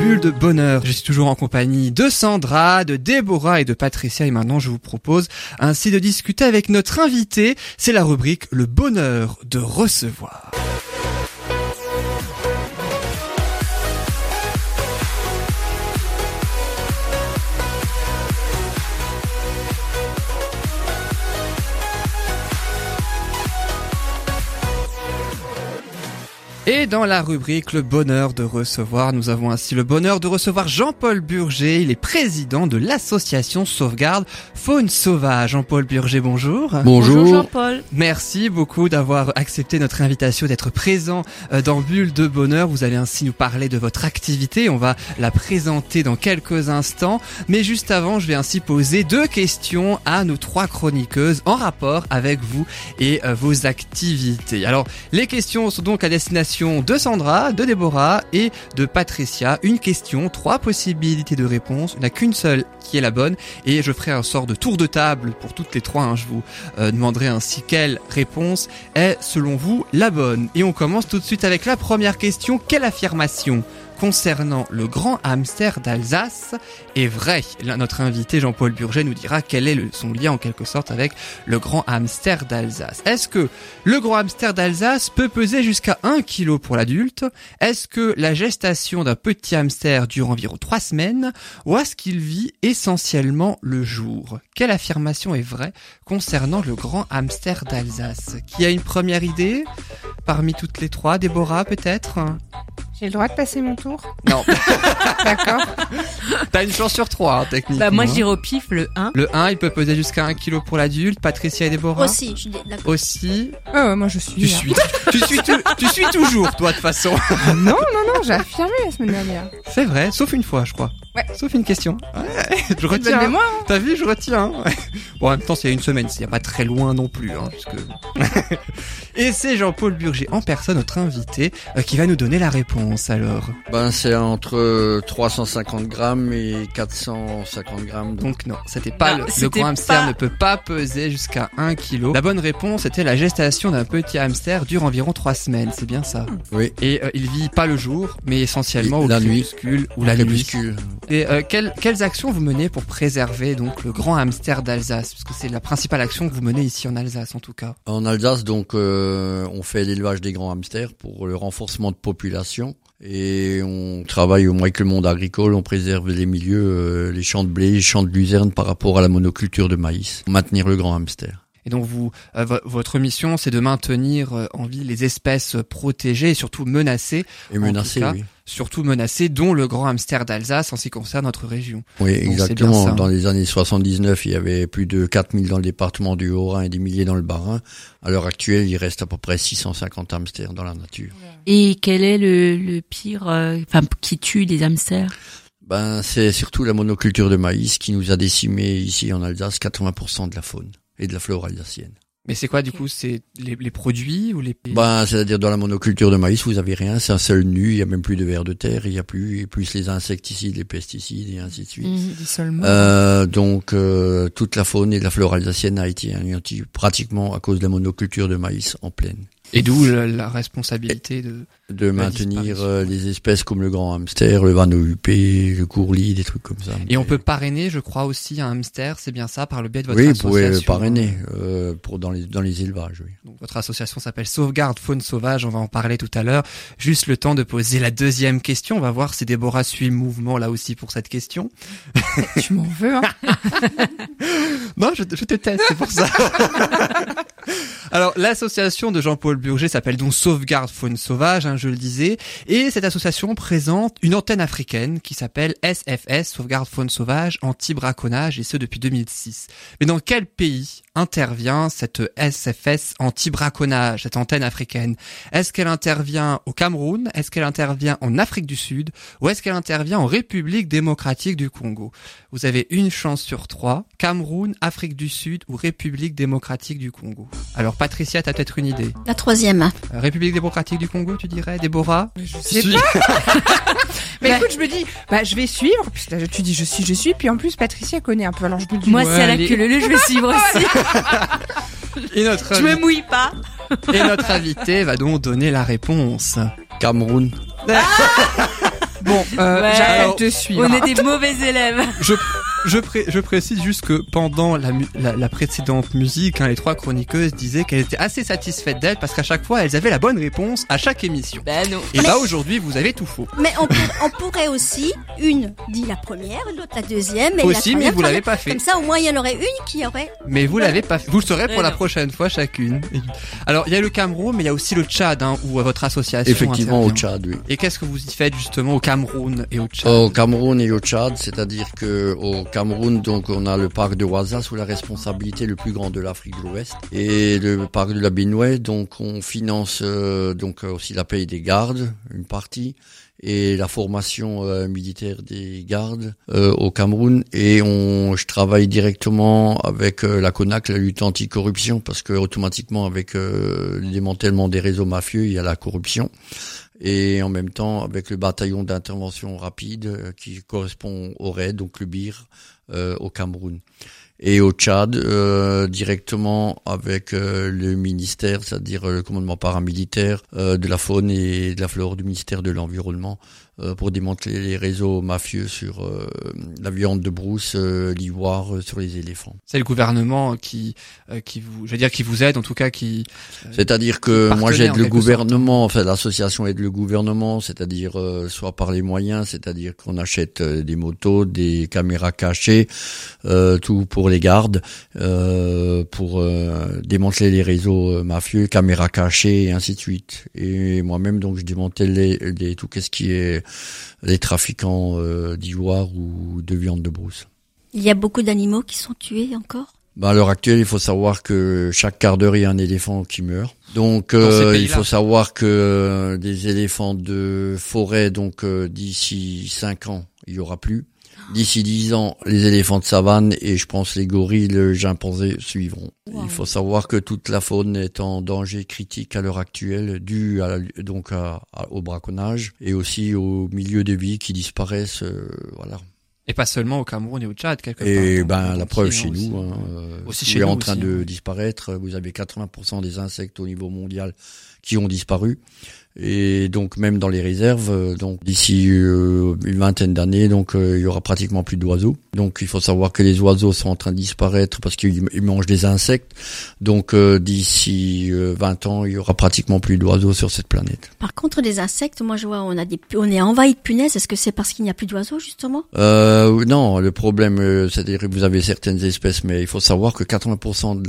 Bulle de Bonheur. Je suis toujours en compagnie de Sandra, de Déborah et de Patricia et maintenant je vous propose ainsi de discuter avec notre invité. C'est la rubrique Le bonheur de recevoir. Et dans la rubrique Le bonheur de recevoir, nous avons ainsi le bonheur de recevoir Jean-Paul Burger. Il est président de l'association Sauvegarde Faune Sauvage. Jean-Paul Burger, bonjour. Bonjour Jean-Paul. Merci beaucoup d'avoir accepté notre invitation, d'être présent dans Bulle de Bonheur. Vous allez ainsi nous parler de votre activité. On va la présenter dans quelques instants. Mais juste avant, je vais ainsi poser 2 questions à nos 3 chroniqueuses en rapport avec vous et vos activités. Alors, les questions sont donc à destination de Sandra, de Déborah et de Patricia. Une question, 3 possibilités de réponse. Il n'y en a qu'une seule qui est la bonne et je ferai un sort de tour de table pour toutes les 3. Je vous demanderai ainsi quelle réponse est selon vous la bonne. Et on commence tout de suite avec la première question. Quelle affirmation concernant le grand hamster d'Alsace est vrai? Là, notre invité Jean-Paul Burger nous dira quel est son lien en quelque sorte avec le grand hamster d'Alsace. Est-ce que le grand hamster d'Alsace peut peser jusqu'à 1 kg pour l'adulte? Est-ce que la gestation d'un petit hamster dure environ 3 semaines? Ou est-ce qu'il vit essentiellement le jour? Quelle affirmation est vraie concernant le grand hamster d'Alsace? Qui a une première idée parmi toutes les 3? Déborah peut-être? J'ai le droit de passer mon tour? Non. D'accord. T'as une chance sur 3, techniquement. Bah, moi, je dirais au pif le 1. Le 1, il peut peser jusqu'à 1 kg pour l'adulte. Patricia et Déborah? Aussi, je dis d'accord. Aussi. Moi je suis. Tu suis toujours, toi, de toute façon. Non, j'ai affirmé la semaine dernière. C'est vrai, sauf une fois, je crois. Ouais. Sauf une question. Ouais, je retiens. Bonne mémoire, hein. T'as vu, je retiens. Ouais. Bon, en même temps, c'est il y a une semaine, il n'y a pas très loin non plus, puisque... Et c'est Jean-Paul Burger en personne, notre invité, qui va nous donner la réponse, alors. C'est entre 350 grammes et 450 grammes. Donc non, c'était pas le grand hamster ne peut pas peser jusqu'à 1 kg. La bonne réponse était la gestation d'un petit hamster dure environ 3 semaines, c'est bien ça? Oui. Et il vit pas le jour, mais essentiellement au crépuscule ou la nuit. Et quelles actions vous menez pour préserver donc le grand hamster d'Alsace? Parce que c'est la principale action que vous menez ici en Alsace en tout cas. En Alsace, donc, on fait l'élevage des grands hamsters pour le renforcement de population. Et on travaille au moins avec le monde agricole, on préserve les milieux, les champs de blé, les champs de luzerne par rapport à la monoculture de maïs, pour maintenir le grand hamster. Et donc votre mission, c'est de maintenir en vie les espèces protégées et surtout menacées. Et menacées, oui. Surtout menacées, dont le grand hamster d'Alsace en ce qui concerne notre région. Oui, donc, exactement. Dans les années 79, il y avait plus de 4000 dans le département du Haut-Rhin et des milliers dans le Bas-Rhin. À l'heure actuelle, il reste à peu près 650 hamsters dans la nature. Et quel est le pire, qui tue les hamsters? C'est surtout la monoculture de maïs qui nous a décimé ici en Alsace 80% de la faune et de la flore alsacienne. Mais c'est quoi du coup? C'est les produits ou les... C'est-à-dire dans la monoculture de maïs, vous avez rien, c'est un seul nu, il y a même plus de vers de terre, il y a plus les insecticides, les pesticides et ainsi de suite. Donc toute la faune et la flore alsacienne a été anéantie pratiquement à cause de la monoculture de maïs en plaine. Et d'où la responsabilité de maintenir les espèces comme le grand hamster, le vanneau huppé, le courlis, des trucs comme ça. Et on peut parrainer, je crois, aussi un hamster, c'est bien ça, par le biais de votre association? Oui, vous pouvez parrainer dans les élevages, oui. Donc, votre association s'appelle Sauvegarde Faune Sauvage, on va en parler tout à l'heure. Juste le temps de poser la deuxième question, on va voir si Déborah suit le mouvement là aussi pour cette question. Tu m'en veux, hein? Non, je te teste, c'est pour ça. Alors, l'association de Jean-Paul Burger s'appelle donc Sauvegarde Faune Sauvage, je le disais, et cette association présente une antenne africaine qui s'appelle SFS, Sauvegarde Faune Sauvage, anti-braconnage, et ce depuis 2006. Mais dans quel pays intervient cette SFS anti-braconnage, cette antenne africaine? Est-ce qu'elle intervient au Cameroun? Est-ce qu'elle intervient en Afrique du Sud? Ou est-ce qu'elle intervient en République démocratique du Congo? Vous avez une chance sur 3, Cameroun, Afrique du Sud ou République démocratique du Congo. Alors Patricia, t'as peut-être une idée? La 3e. République démocratique du Congo, tu dirais? Déborah? Je sais pas. Mais écoute, je me dis, je vais suivre. Puis là, tu dis, je suis. Puis en plus, Patricia connaît un peu. Alors je me dis, moi, c'est à la queue leu, je vais suivre aussi. Je me mouille pas. Et notre invité va donc donner la réponse. Cameroun. Bon, j'arrête de suivre. On est des mauvais élèves. Je précise juste que pendant la précédente musique, les 3 chroniqueuses disaient qu'elles étaient assez satisfaites d'elles parce qu'à chaque fois elles avaient la bonne réponse à chaque émission. Non. Et aujourd'hui vous avez tout faux. Mais on pourrait aussi, une dit la première, l'autre la deuxième, et aussi, la mais vous l'avez pas fait. Comme ça, au moins, il y en aurait une qui aurait. Mais vous l'avez pas fait. Vous le saurez pour la prochaine fois chacune. Alors il y a le Cameroun, mais il y a aussi le Tchad, où votre association. Effectivement, intervient. au Tchad, oui. Et qu'est-ce que vous y faites justement au Cameroun et au Tchad? Au Cameroun et au Tchad, c'est-à-dire que au Cameroun, donc on a le parc de Ouaza sous la responsabilité le plus grand de l'Afrique de l'Ouest, et le parc de la Benoué, donc on finance donc aussi la paye des gardes, une partie, et la formation militaire des gardes au Cameroun, et je travaille directement avec la CONAC, la lutte anticorruption, parce que automatiquement avec le démantèlement des réseaux mafieux, il y a la corruption. Et en même temps avec le bataillon d'intervention rapide qui correspond au RAID, donc le BIR, au Cameroun. Et au Tchad, directement avec le ministère, c'est-à-dire le commandement paramilitaire de la faune et de la flore du ministère de l'Environnement, pour démanteler les réseaux mafieux sur la viande de brousse, l'ivoire, sur les éléphants. C'est le gouvernement qui vous aide, en tout cas c'est-à-dire que moi j'aide le gouvernement, enfin l'association aide le gouvernement, c'est-à-dire soit par les moyens, c'est-à-dire qu'on achète des motos, des caméras cachées, tout pour les gardes, pour démanteler les réseaux mafieux, caméras cachées et ainsi de suite. Et moi-même donc je démantèle tout ce qui est les trafiquants d'ivoire ou de viande de brousse. Il y a beaucoup d'animaux qui sont tués encore? À l'heure actuelle, il faut savoir que chaque quart d'heure, il y a un éléphant qui meurt. Donc, il faut savoir que des éléphants de forêt, donc d'ici 5 ans, il y aura plus. D'ici 10 ans, les éléphants de savane et je pense les gorilles, les chimpanzés suivront. Wow. Il faut savoir que toute la faune est en danger critique à l'heure actuelle, dû au braconnage et aussi aux milieux de vie qui disparaissent, voilà. Et pas seulement au Cameroun et au Tchad, quelque part. Et la preuve chez nous, aussi tout chez est nous en train aussi, de disparaître. Vous avez 80% des insectes au niveau mondial qui ont disparu. Et donc même dans les réserves, donc d'ici une vingtaine d'années, donc il y aura pratiquement plus d'oiseaux. Donc il faut savoir que les oiseaux sont en train de disparaître parce qu'ils mangent des insectes. Donc d'ici 20 ans, il y aura pratiquement plus d'oiseaux sur cette planète. Par contre, les insectes, moi je vois, on est envahi de punaises. Est-ce que c'est parce qu'il n'y a plus d'oiseaux justement? Non, le problème, c'est-à-dire que vous avez certaines espèces, mais il faut savoir que 80%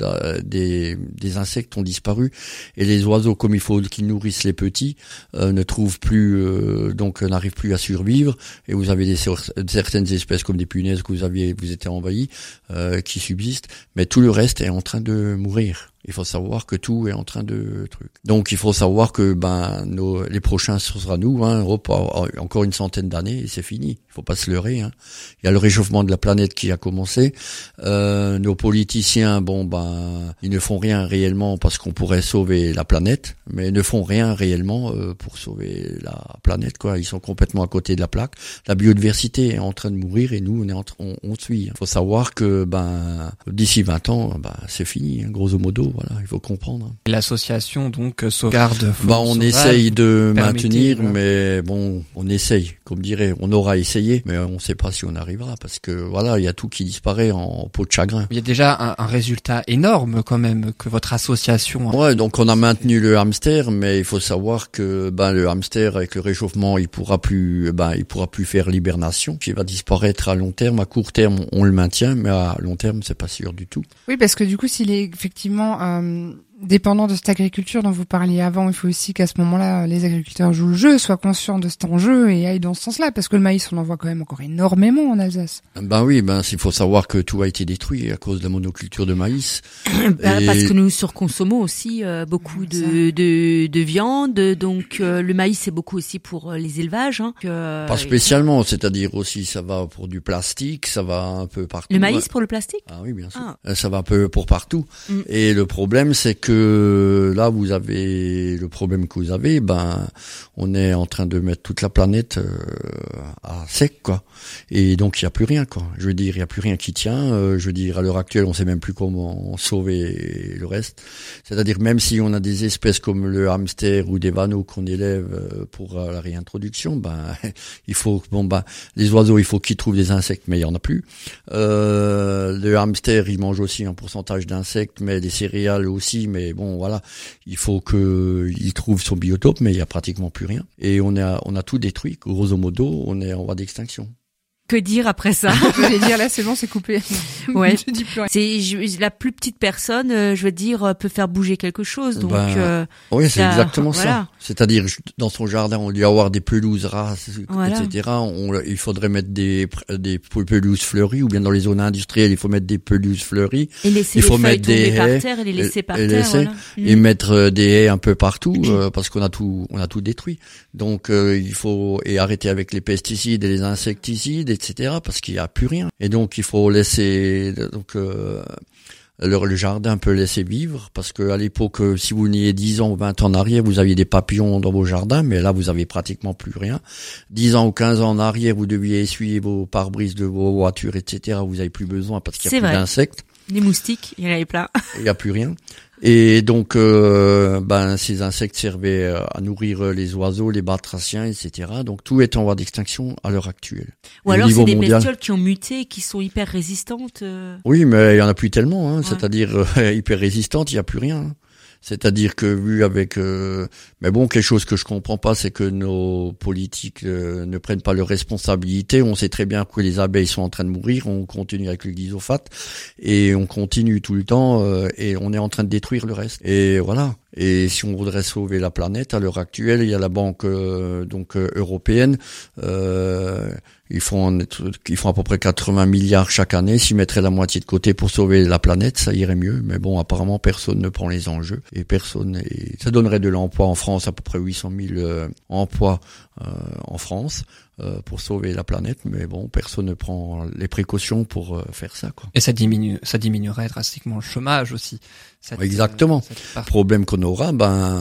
des insectes ont disparu et les oiseaux, comme il faut qu'ils nourrissent les petits, ne trouvent plus, donc n'arrivent plus à survivre. Et vous avez certaines espèces comme des punaises que vous étiez envahis, qui subsistent, mais tout le reste est en train de mourir. Il faut savoir que tout est en train de Donc il faut savoir que les prochains ce sera nous, encore une centaine d'années et c'est fini. Il faut pas se leurrer. Il y a le réchauffement de la planète qui a commencé. Nos politiciens, ils ne font rien réellement parce qu'on pourrait sauver la planète, mais ne font rien réellement pour sauver la planète. Ils sont complètement à côté de la plaque. La biodiversité est en train de mourir et nous on suit. Il faut savoir que d'ici 20 ans, c'est fini, grosso modo. Voilà, il faut comprendre. L'association donc sauvegarde. On essaye de maintenir, mais on essaye. Comme dirait, on aura essayé, mais on ne sait pas si on arrivera parce que voilà, il y a tout qui disparaît en peau de chagrin. Il y a déjà un résultat énorme quand même que votre association. Ouais, donc on a maintenu le hamster, mais il faut savoir que le hamster avec le réchauffement, il pourra plus faire l'hibernation, qui va disparaître à long terme. À court terme, on le maintient, mais à long terme, c'est pas sûr du tout. Oui, parce que du coup, s'il est effectivement dépendant de cette agriculture dont vous parliez avant, il faut aussi qu'à ce moment-là, les agriculteurs jouent le jeu, soient conscients de cet enjeu et aillent dans ce sens-là, parce que le maïs, on en voit quand même encore énormément en Alsace. Il faut savoir que tout a été détruit à cause de la monoculture de maïs. Parce que nous surconsommons aussi beaucoup de viande, donc le maïs c'est beaucoup aussi pour les élevages. Pas spécialement, c'est-à-dire aussi ça va pour du plastique, ça va un peu partout. Le maïs pour le plastique? Ah oui, bien sûr. Ça va un peu pour partout. Et le problème c'est que que là, vous avez le problème que vous avez, on est en train de mettre toute la planète à sec, quoi. Et donc, il n'y a plus rien, quoi. Je veux dire, il n'y a plus rien qui tient. Je veux dire, à l'heure actuelle, on sait même plus comment sauver le reste. C'est-à-dire, même si on a des espèces comme le hamster ou des vanneaux qu'on élève pour la réintroduction, il faut, les oiseaux, il faut qu'ils trouvent des insectes, mais il y en a plus. Le hamster, il mange aussi un pourcentage d'insectes, mais des céréales aussi, mais bon, voilà. Il faut qu'il trouve son biotope, mais il y a pratiquement plus rien. Et on a tout détruit. Grosso modo, on est en voie d'extinction. Que dire après ça? Je vais dire là, c'est bon, c'est coupé. Ouais. Je dis plus rien. La plus petite personne, je veux dire, peut faire bouger quelque chose. Donc, oui, c'est exactement ça. C'est-à-dire, dans son jardin, on doit avoir des pelouses rases, etc. Il faudrait mettre des pelouses fleuries, ou bien dans les zones industrielles, il faut mettre des pelouses fleuries. Et laisser les feuilles tomber par terre et les laisser par terre. Voilà. Et mettre des haies un peu partout, parce qu'on a tout détruit. Donc, il faut arrêter avec les pesticides et les insecticides, etc., parce qu'il n'y a plus rien. Et donc, il faut laisser, le jardin peut laisser vivre, parce que à l'époque, si vous veniez 10 ans ou 20 ans en arrière, vous aviez des papillons dans vos jardins, mais là, vous avez pratiquement plus rien. 10 ans ou 15 ans en arrière, vous deviez essuyer vos pare-brises de vos voitures, etc., vous n'avez plus besoin parce qu'il n'y a plus d'insectes. Les moustiques, il y en avait plein. Il n'y a plus rien. Et donc, ces insectes servaient à nourrir les oiseaux, les batraciens, etc. Donc, tout est en voie d'extinction à l'heure actuelle. Ou alors, c'est des bestioles qui ont muté, qui sont hyper résistantes. Oui, mais il y en a plus tellement, hein. Ouais. C'est-à-dire, hyper résistantes, il n'y a plus rien. Hein. C'est-à-dire que vu avec, mais bon, quelque chose que je comprends pas, c'est que nos politiques ne prennent pas leurs responsabilités. On sait très bien que les abeilles sont en train de mourir. On continue avec le glyphosate et on continue tout le temps et on est en train de détruire le reste. Et voilà. Et si on voudrait sauver la planète, à l'heure actuelle, il y a la banque européenne. Ils font à peu près 80 milliards chaque année. S'ils mettraient la moitié de côté pour sauver la planète, ça irait mieux. Mais bon, apparemment, personne ne prend les enjeux et ça donnerait de l'emploi en France, à peu près 800 000 emplois en France pour sauver la planète. Mais bon, personne ne prend les précautions pour faire ça, quoi. Et ça diminuerait drastiquement le chômage aussi. Exactement. Problème qu'on aura,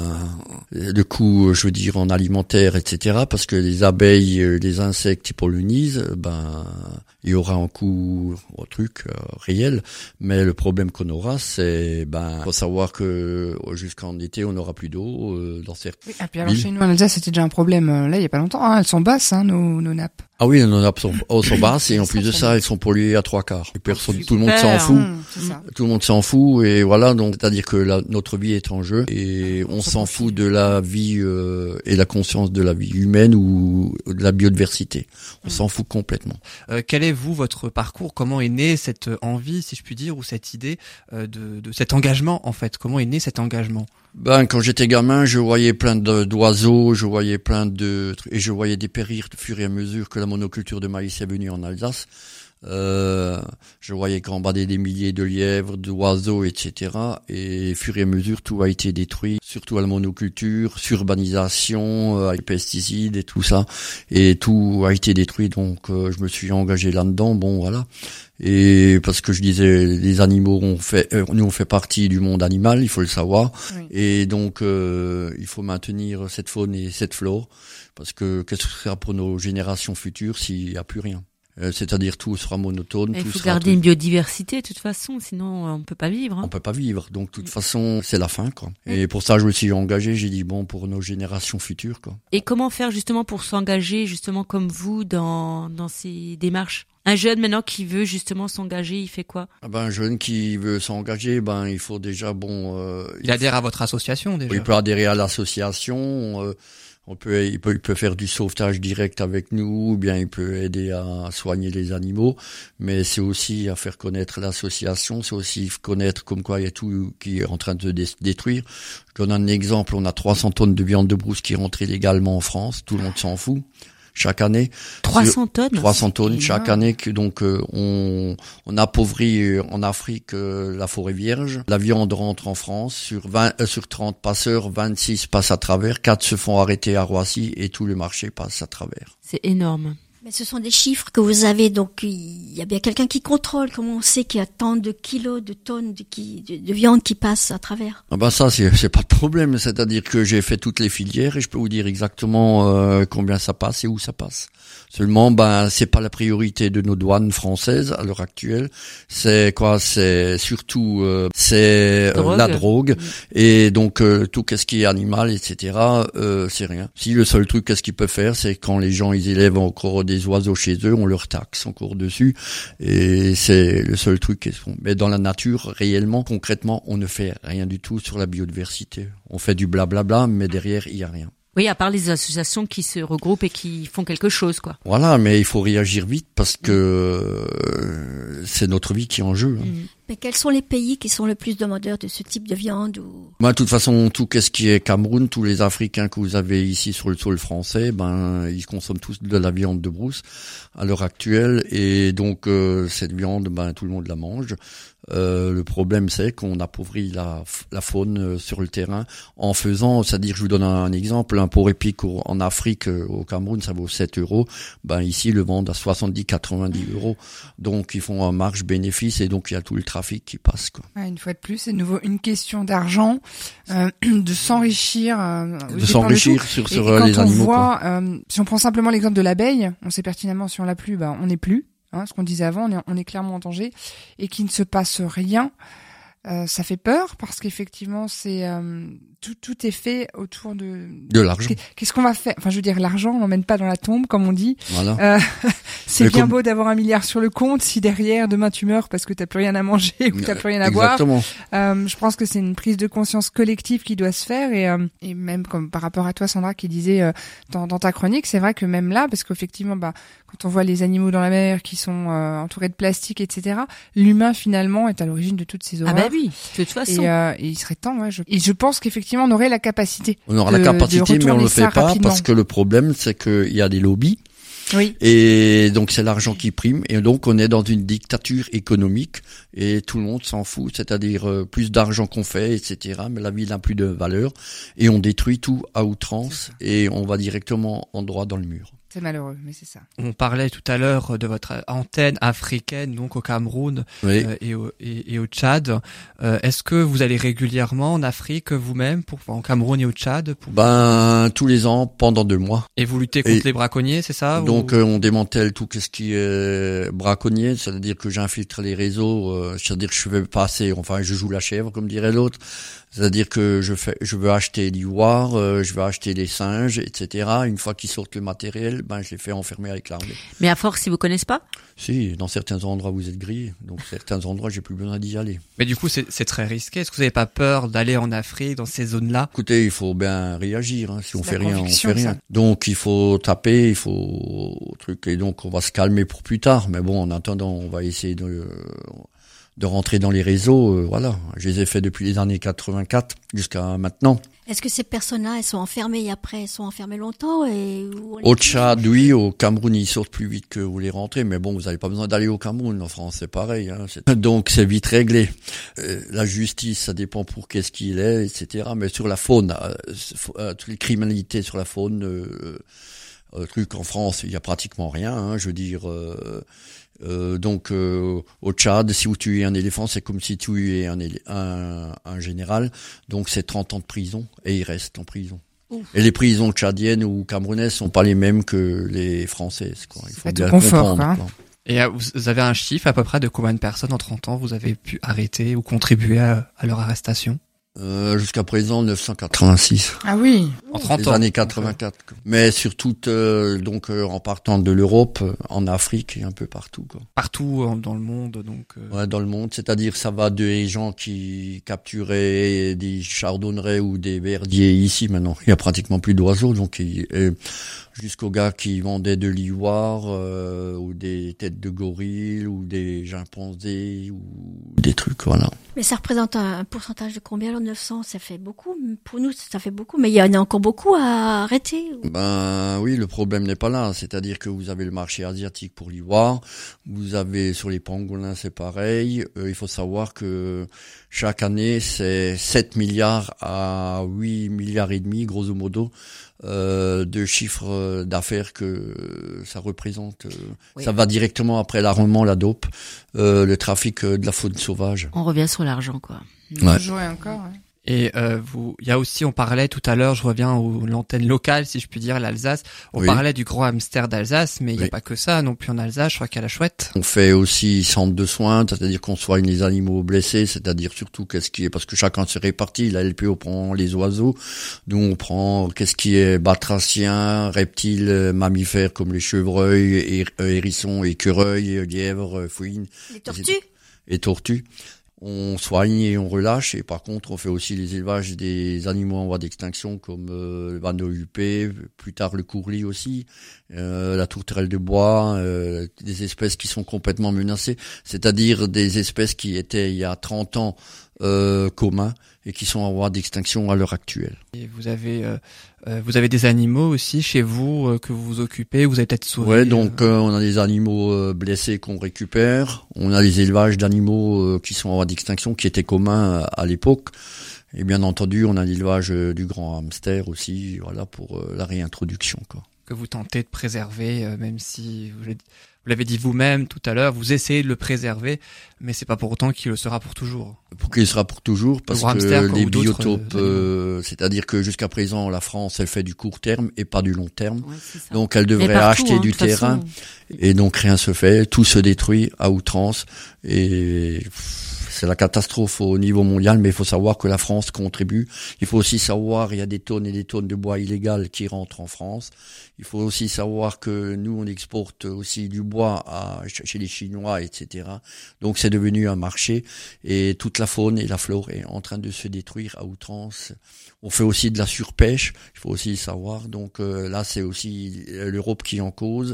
le coût, je veux dire, en alimentaire, etc. Parce que les abeilles, les insectes, ils pollinisent, il y aura un coût au truc réel. Mais le problème qu'on aura, c'est, faut savoir que jusqu'en été, on n'aura plus d'eau dans certaines. Oui, et puis alors chez nous en Alsace, c'était déjà un problème là, il y a pas longtemps. Hein, elles sont basses, nos nappes. Ah oui, nos nappes sont basses et en plus de ça, elles sont polluées à 3/4. Et personne, tout le monde s'en fout. Tout le monde s'en fout et voilà. Donc, c'est-à-dire que notre vie est en jeu et on s'en fout de la vie et la conscience de la vie humaine ou de la biodiversité. On s'en fout complètement. Quel est votre parcours? Comment est née cette envie, si je puis dire, ou cette idée de cet engagement en fait? Comment est né cet engagement? Quand j'étais gamin, je voyais plein d'oiseaux, je voyais plein de trucs, et je voyais dépérir au fur et à mesure que la monoculture de maïs est venue en Alsace. Je voyais gambader des milliers de lièvres, d'oiseaux, etc. Et au fur et à mesure, tout a été détruit, surtout à la monoculture, sururbanisation, avec les pesticides et tout ça. Et tout a été détruit, donc je me suis engagé là-dedans, bon voilà. Et parce que je disais, les animaux nous on fait partie du monde animal, il faut le savoir. Oui. Et donc il faut maintenir cette faune et cette flore, parce que qu'est-ce que ce sera pour nos générations futures s'il n'y a plus rien? C'est-à-dire tout sera monotone. Il faut garder une biodiversité de toute façon, sinon on peut pas vivre. Hein. On peut pas vivre, donc de toute façon c'est la fin, quoi. Et pour ça je me suis engagé, j'ai dit pour nos générations futures, quoi. Et comment faire justement pour s'engager justement comme vous dans ces démarches? Un jeune maintenant qui veut justement s'engager, il fait quoi? Un jeune qui veut s'engager, il faut déjà il adhère à votre association déjà. Il peut adhérer à l'association. Il peut faire du sauvetage direct avec nous, ou bien il peut aider à soigner les animaux, mais c'est aussi à faire connaître l'association, c'est aussi connaître comme quoi il y a tout qui est en train de détruire. Je donne un exemple, on a 300 tonnes de viande de brousse qui rentrent illégalement en France, tout le monde s'en fout. Chaque année. 300 tonnes? 300 tonnes chaque année, donc on appauvrit en Afrique la forêt vierge. La viande rentre en France, sur 30 passeurs, 26 passent à travers, 4 se font arrêter à Roissy et tout le marché passe à travers. C'est énorme. Mais ce sont des chiffres que vous avez, donc il y a bien quelqu'un qui contrôle. Comment on sait qu'il y a tant de kilos, de tonnes de viande qui passent à travers? Ah ben ça, c'est pas de problème. C'est-à-dire que j'ai fait toutes les filières et je peux vous dire exactement combien ça passe et où ça passe. Seulement, c'est pas la priorité de nos douanes françaises à l'heure actuelle. C'est quoi? C'est surtout la drogue. Et donc tout ce qui est animal, etc. C'est rien. Si le seul truc qu'est-ce qu'ils peuvent faire, c'est quand les gens ils élèvent encore des oiseaux chez eux, on leur taxe encore dessus. Et c'est le seul truc qu'ils font. Mais dans la nature, réellement, concrètement, on ne fait rien du tout sur la biodiversité. On fait du blablabla, mais derrière il y a rien. Oui, à part les associations qui se regroupent et qui font quelque chose, quoi. Voilà, mais il faut réagir vite parce que c'est notre vie qui est en jeu. Hein. Mais quels sont les pays qui sont le plus demandeurs de ce type de viande ou... De toute façon, tout ce qui est Cameroun, tous les Africains que vous avez ici sur le sol français, ils consomment tous de la viande de brousse à l'heure actuelle. Et donc, cette viande, tout le monde la mange. Le problème, c'est qu'on appauvrit la faune sur le terrain en faisant, c'est-à-dire, je vous donne un exemple, un porc épic en Afrique, au Cameroun, ça vaut 7 €. Ici, ils le vendent à 70-90 €. Donc, ils font un marge bénéfice et donc il y a tout le trafic qui passe, quoi. Une fois de plus, c'est de nouveau une question d'argent, de s'enrichir. Sur les animaux. Si on prend simplement l'exemple de l'abeille, on sait pertinemment si on l'a plus, on n'est plus. Ce qu'on disait avant, on est clairement en danger et qu'il ne se passe rien. Ça fait peur parce qu'effectivement, c'est tout est fait autour de l'argent. Qu'est-ce qu'on va faire? Enfin, je veux dire, l'argent, on l'emmène pas dans la tombe, comme on dit. Voilà. C'est bien beau d'avoir 1 milliard sur le compte si derrière demain tu meurs parce que t'as plus rien à manger ou t'as plus rien à boire. Je pense que c'est une prise de conscience collective qui doit se faire et même comme par rapport à toi, Sandra, qui disait dans ta chronique, c'est vrai que même là, parce qu'effectivement, quand on voit les animaux dans la mer qui sont entourés de plastique, etc., l'humain finalement est à l'origine de toutes ces horreurs. Ah oui, de toute façon. Et il serait temps, je pense qu'effectivement on aurait la capacité. On aura la capacité, mais on le fait pas parce que le problème, c'est qu'il y a des lobbies. Oui. Et donc c'est l'argent qui prime et donc on est dans une dictature économique et tout le monde s'en fout, c'est-à-dire plus d'argent qu'on fait, etc. Mais la vie n'a plus de valeur et on détruit tout à outrance et on va directement en droit dans le mur. C'est malheureux, mais c'est ça. On parlait tout à l'heure de votre antenne africaine, donc au Cameroun, oui. et au Tchad. Est-ce que vous allez régulièrement en Afrique vous-même, en Cameroun et au Tchad tous les ans, pendant 2 mois. Et vous luttez contre les braconniers, c'est ça? Donc on démantèle tout ce qui est braconnier, c'est-à-dire que j'infiltre les réseaux, c'est-à-dire que je vais passer, je joue la chèvre, comme dirait l'autre. C'est-à-dire que je veux acheter l'ivoire, je veux acheter des singes, etc. Une fois qu'ils sortent le matériel, je les fais enfermer avec l'armée. Mais à force, ils vous connaissent pas? Si, dans certains endroits vous êtes grillés, donc certains endroits j'ai plus besoin d'y aller. Mais du coup c'est très risqué. Est-ce que vous n'avez pas peur d'aller en Afrique, dans ces zones-là? Écoutez, il faut bien réagir. Si on fait rien, on fait rien. Donc il faut taper, il faut et donc on va se calmer pour plus tard. Mais bon, en attendant, on va essayer de rentrer dans les réseaux, voilà. Je les ai fait depuis les années 84 jusqu'à maintenant. Est-ce que ces personnes-là, elles sont enfermées et après, elles sont enfermées longtemps Au Tchad, oui. Au Cameroun, ils sortent plus vite que vous les rentrez. Mais bon, vous n'avez pas besoin d'aller au Cameroun. En France, c'est pareil. Donc, c'est vite réglé. La justice, ça dépend pour qu'est-ce qu'il est, etc. Mais sur la faune, toutes les criminalités sur la faune, en France, il y a pratiquement rien. Je veux dire... Donc au Tchad, si vous tuez un éléphant, c'est comme si tu tuez un général. Donc c'est 30 ans de prison et il reste en prison. Ouf. Et les prisons tchadiennes ou camerounaises sont pas les mêmes que les françaises, quoi. Il faut bien le comprendre. Quoi. Et vous avez un chiffre à peu près de combien de personnes en 30 ans vous avez pu arrêter ou contribuer à leur arrestation? Jusqu'à présent 986. Ah oui. En 30 les ans. années 84. Mais surtout en partant de l'Europe, en Afrique et un peu partout, quoi. Partout dans le monde, donc. Ouais, dans le monde, c'est-à-dire ça va des gens qui capturaient des chardonnerets ou des verdiers ici maintenant. Il y a pratiquement plus d'oiseaux, donc jusqu'aux gars qui vendaient de l'ivoire ou des têtes de gorille ou des chimpanzés ou des trucs, voilà. Mais ça représente un pourcentage de combien, alors 900? Ça fait beaucoup. Pour nous, ça fait beaucoup. Mais il y en a encore beaucoup à arrêter. Oui, le problème n'est pas là. C'est-à-dire que vous avez le marché asiatique pour l'ivoire. Vous avez sur les pangolins, c'est pareil. Il faut savoir que chaque année, c'est 7 milliards à 8 milliards et demi, grosso modo, de chiffre d'affaires que ça représente. Ça va directement après l'armement, la dope, le trafic de la faune sauvage. On revient sur l'argent, quoi. Toujours et encore, ouais. Et il y a aussi, on parlait tout à l'heure, je reviens à l'antenne locale, si je puis dire, l'Alsace. On parlait du Grand Hamster d'Alsace, mais il n'y a pas que ça non plus en Alsace. Je crois qu'il y a la chouette. On fait aussi centre de soins, c'est-à-dire qu'on soigne les animaux blessés, c'est-à-dire surtout qu'est-ce qui est, parce que chacun se répartit. La LPO prend les oiseaux, nous on prend qu'est-ce qui est batracien, reptiles, mammifères comme les chevreuils, hérissons, écureuils, lièvres, fouines. Les tortues. Et tortues. On soigne et on relâche, et par contre on fait aussi les élevages des animaux en voie d'extinction comme le vanneau huppé, plus tard le courlis aussi, la tourterelle de bois, des espèces qui sont complètement menacées, c'est-à-dire des espèces qui étaient il y a 30 ans communs et qui sont en voie d'extinction à l'heure actuelle. Et vous avez des animaux aussi chez vous que vous vous occupez, vous avez peut-être sauvé. Ouais, donc on a des animaux blessés qu'on récupère, on a les élevages d'animaux qui sont en voie d'extinction qui étaient communs à l'époque. Et bien entendu, on a l'élevage du grand hamster aussi, voilà, pour la réintroduction, quoi. Que vous tentez de préserver, même si vous l'avez dit vous-même tout à l'heure, vous essayez de le préserver, mais c'est pas pour autant qu'il le sera pour toujours. Pour qu'il sera pour toujours, parce hamster, que les biotopes, c'est-à-dire que jusqu'à présent, la France, elle fait du court terme et pas du long terme. Ouais, donc elle devrait acheter du terrain, et donc rien se fait, tout se détruit à outrance, et c'est la catastrophe au niveau mondial, mais il faut savoir que la France contribue. Il faut aussi savoir, il y a des tonnes et des tonnes de bois illégal qui rentrent en France. Il faut aussi savoir que nous, on exporte aussi du bois chez les Chinois, etc. Donc c'est devenu un marché, et toute la faune et la flore est en train de se détruire à outrance. On fait aussi de la surpêche, il faut aussi savoir. Donc là, c'est aussi l'Europe qui en cause.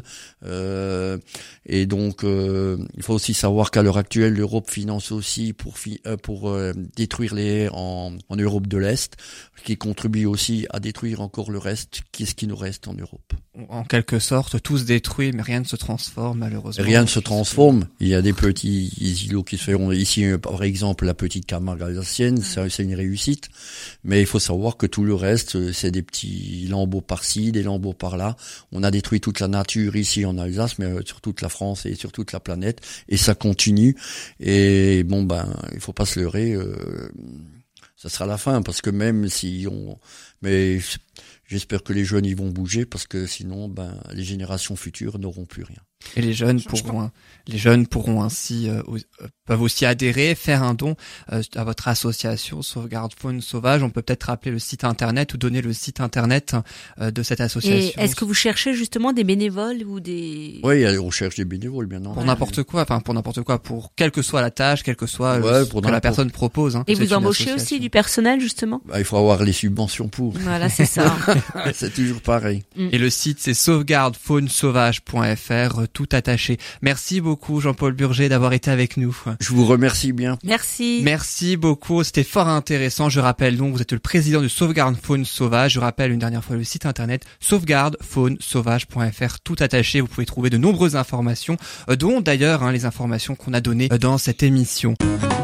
Et donc, il faut aussi savoir qu'à l'heure actuelle, l'Europe finance aussi pour détruire les haies en Europe de l'Est, qui contribue aussi à détruire encore le reste, qu'est-ce qui nous reste en Europe. En quelque sorte, tout se détruit, mais rien ne se transforme, malheureusement. Rien ne se transforme. Il y a des petits îlots qui se feront ici, par exemple, la petite Camargue alsacienne, c'est une réussite. Mais il faut savoir que tout le reste, c'est des petits lambeaux par-ci, des lambeaux par-là. On a détruit toute la nature ici en Alsace, mais sur toute la France et sur toute la planète. Et ça continue. Et bon, il faut pas se leurrer. Ça sera la fin, parce que même si mais j'espère que les jeunes y vont bouger, parce que sinon, les générations futures n'auront plus rien. Et les jeunes pourront ainsi peuvent aussi adhérer, faire un don à votre association Sauvegarde Faune Sauvage. On peut peut-être rappeler le site internet ou donner le site internet de cette association. Et est-ce que vous cherchez justement des bénévoles ou des... Oui, on cherche des bénévoles, bien entendu. Pour n'importe quoi, pour quelle que soit la tâche, quelle que soit ce que la personne propose. Et vous embauchez aussi du personnel, justement? Il faut avoir les subventions pour. Voilà, c'est ça. C'est toujours pareil. Et le site, c'est sauvegardefaunesauvage.fr, tout attaché. Merci beaucoup, Jean-Paul Burger, d'avoir été avec nous. Je vous remercie bien. Merci. Merci beaucoup, c'était fort intéressant. Je rappelle donc, vous êtes le président de Sauvegarde Faune Sauvage. Je rappelle une dernière fois le site internet sauvegardefaunesauvage.fr, tout attaché. Vous pouvez trouver de nombreuses informations, dont d'ailleurs les informations qu'on a données dans cette émission.